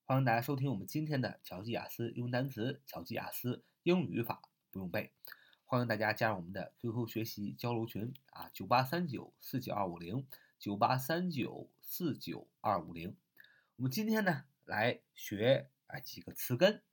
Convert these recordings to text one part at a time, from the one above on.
欢迎大家收听我们今天的巧记雅思英文单词、巧记雅思英语语法不用背。欢迎大家加入我们的 QQ 学习交流群9839492509，9839492550。我们今天呢来学几个词根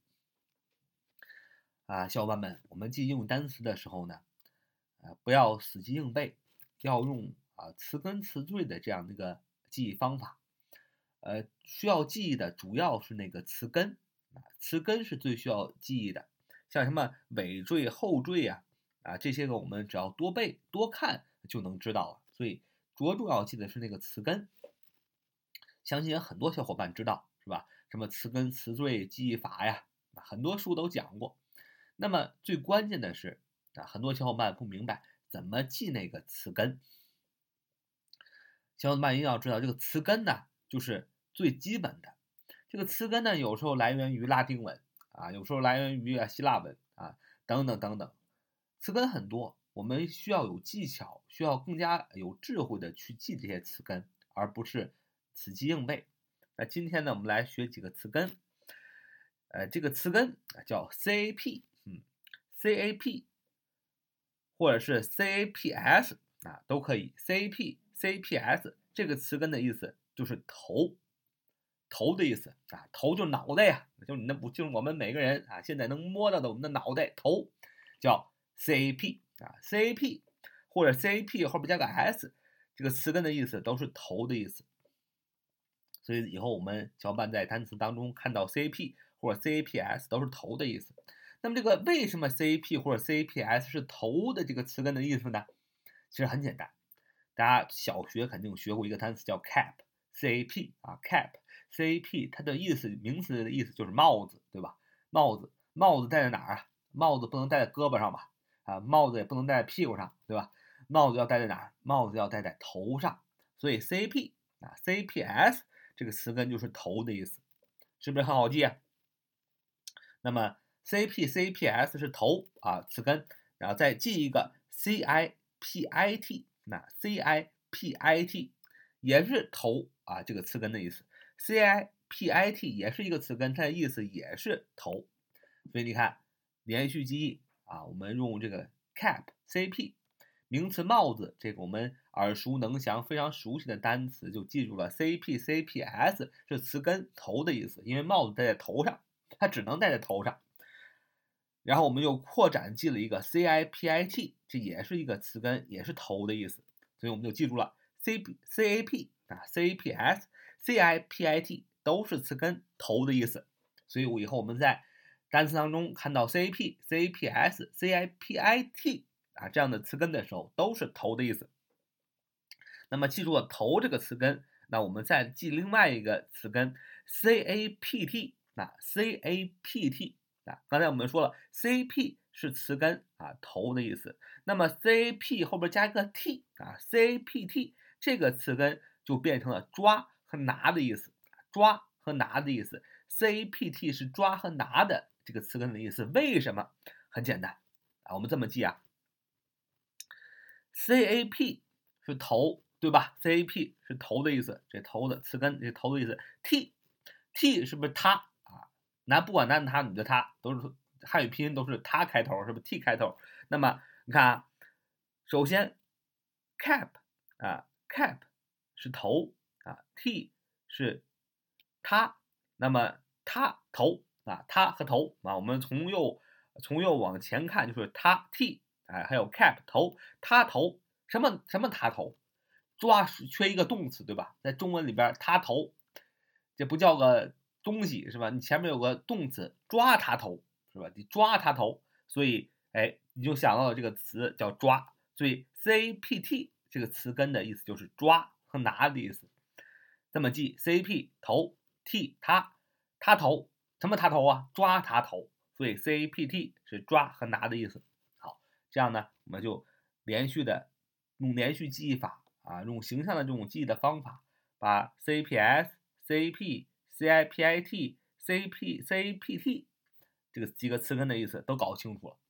小伙伴们，我们记英语单词的时候呢，不要死记硬背，要用词根词缀的这样的一个记忆方法。需要记忆的主要是那个词根词根是最需要记忆的，像什么尾缀、后缀这些个我们只要多背多看就能知道了。所以着重要记的是那个词根，相信很多小伙伴知道是吧？什么词根词缀记忆法呀，很多书都讲过。那么最关键的是很多小伙伴不明白怎么记那个词根。小伙伴一定要知道，这个词根呢，就是最基本的。这个词根呢，有时候来源于拉丁文有时候来源于希腊文等等等等。词根很多，我们需要有技巧，需要更加有智慧的去记这些词根，而不是死记硬背。那今天呢，我们来学几个词根。这个词根叫 CAP，CAP 或者是 CAPS 都可以。CAP、CAPS 这个词根的意思就是头的意思头就是脑袋呀，就是我们每个人现在能摸到的我们的脑袋头，叫 CAP，CAP 或者 CAP 后边加个 S， 这个词根的意思都是头的意思。所以以后我们小伙伴在单词当中看到 CAP 或者 CAPS 都是头的意思。那么这个为什么 CAP 或者 CAPS 是头的这个词根的意思呢？其实很简单，大家小学肯定学过一个单词叫 cap，CAP cap，CAP 它的意思，名词的意思就是帽子，对吧？帽子戴在哪儿帽子不能戴在胳膊上吧？帽子也不能戴在屁股上，对吧？帽子要戴在哪儿？帽子要戴在头上。所以 CAP，CAPS 这个词根就是头的意思，是不是很好记那么 CAP、CAPS 是头词根，然后再记一个 CIPIT， 那 CIPIT 也是头这个词根的意思。CIPIT 也是一个词根，它的意思也是头。所以你看，连续记忆我们用这个 CAP、CAP 名词帽子，这个我们耳熟能详、非常熟悉的单词就记住了。CAP、CAPS 是词根头的意思，因为帽子戴在头上，它只能戴在头上。然后我们又扩展记了一个 CIPIT， 这也是一个词根，也是头的意思，所以我们就记住了 CAP、CAPS、CIPIT 都是词根头的意思。所以以后我们在单词当中看到 CAP、CAPS、CIPIT 这样的词根的时候，都是头的意思。那么记住了头这个词根，那我们再记另外一个词根 CAPT。CAPT 刚才我们说了 CAP 是词根头的意思，那么 CAP 后边加一个 T CAPT 这个词根就变成了抓和拿的意思，抓和拿的意思。CAPT 是抓和拿的这个词根的意思。为什么？很简单我们这么记CAP 是头，对吧？ CAP 是头的意思，这头的词根，这头的意思。T 是不是他不管男的他女的他，都是汉语拼音都是他开头，是不是 T 开头？那么你看首先 cap cap 是头T 是他，那么他头他和头我们从右往前看就是他 T 还有 cap 头，他头什么他头？抓缺一个动词，对吧？在中文里边他头这不叫个东西是吧？你前面有个动词抓他头是吧？你抓他头，所以你就想到了这个词叫抓。所以 CAPT 这个词根的意思就是抓和拿的意思。这么记 CAP 头 T 他头什么他头抓他头，所以 CAPT 是抓和拿的意思。好，这样呢我们就连续的用连续记忆法用形象的这种记忆的方法，把 CAPS、CAP、CIPIT、CAPT 这个几个词根的意思都搞清楚了。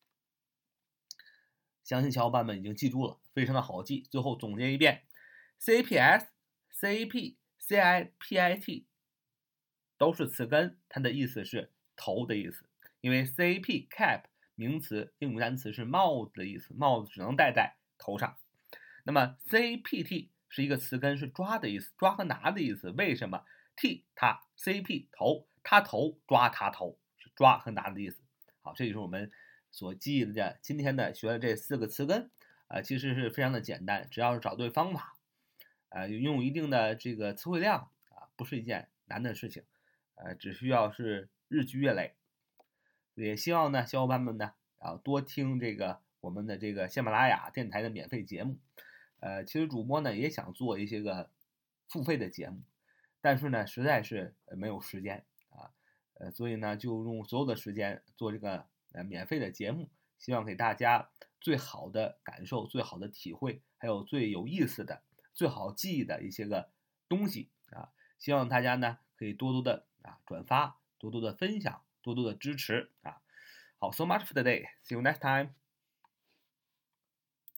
相信小伙伴们已经记住了，非常的好记。最后总结一遍 ：CAPS、CAP、CIPIT 都是词根，它的意思是头的意思。因为 cap cap 名词英语单词是帽子的意思，帽子只能戴在头上。那么 capt 是一个词根，是抓的意思，抓和拿的意思。为什么 t 它 cap 头，他头抓他头，是抓和拿的意思。好，这就是我们所记忆的今天的学的这4个词根其实是非常的简单，只要是找对方法拥有一定的这个词汇量不是一件难的事情只需要是日积月累。也希望呢小伙伴们呢多听这个我们的这个喜马拉雅电台的免费节目。其实主播呢也想做一些个付费的节目，但是呢实在是没有时间所以呢就用所有的时间做这个免费的节目，希望给大家最好的感受、最好的体会，还有最有意思的、最好记忆的一些个东西希望大家呢可以多多的转发，多多的分享，多多的支持好 ，so much for today. See you next time.